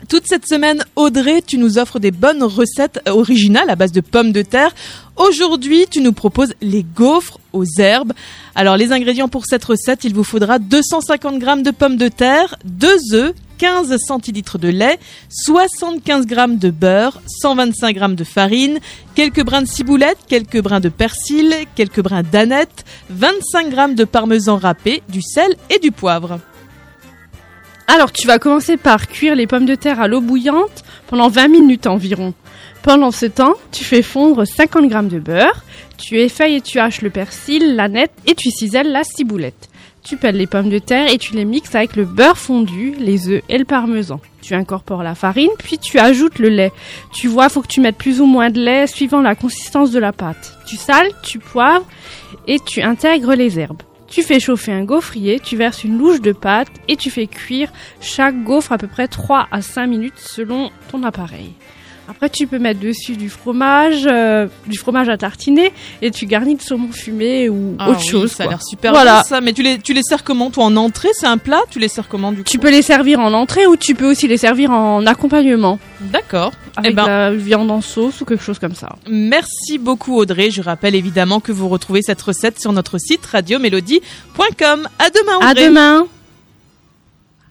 Toute cette semaine, Audrey, tu nous offres des bonnes recettes originales à base de pommes de terre. Aujourd'hui, tu nous proposes les gaufres aux herbes. Alors, les ingrédients pour cette recette, il vous faudra 250 g de pommes de terre, 2 œufs, 15 centilitres de lait, 75 g de beurre, 125 g de farine, quelques brins de ciboulette, quelques brins de persil, quelques brins d'aneth, 25 g de parmesan râpé, du sel et du poivre. Alors, tu vas commencer par cuire les pommes de terre à l'eau bouillante pendant 20 minutes environ. Pendant ce temps, tu fais fondre 50 g de beurre, tu effeuilles et tu haches le persil, l'aneth et tu cisèles la ciboulette. Tu pèles les pommes de terre et tu les mixes avec le beurre fondu, les œufs et le parmesan. Tu incorpores la farine, puis tu ajoutes le lait. Tu vois, faut que tu mettes plus ou moins de lait suivant la consistance de la pâte. Tu sales, tu poivres et tu intègres les herbes. Tu fais chauffer un gaufrier, tu verses une louche de pâte et tu fais cuire chaque gaufre à peu près 3 à 5 minutes selon ton appareil. Après, tu peux mettre dessus du fromage à tartiner et tu garnis de saumon fumé ou autre chose. Ça a l'air super bon ça. Mais tu les sers comment, toi, en entrée? C'est un plat? Tu les sers comment, du coup? Tu peux les servir en entrée ou tu peux aussi les servir en accompagnement. D'accord. Avec la viande en sauce ou quelque chose comme ça. Merci beaucoup, Audrey. Je rappelle évidemment que vous retrouvez cette recette sur notre site radiomélodie.com. À demain, Audrey. À demain.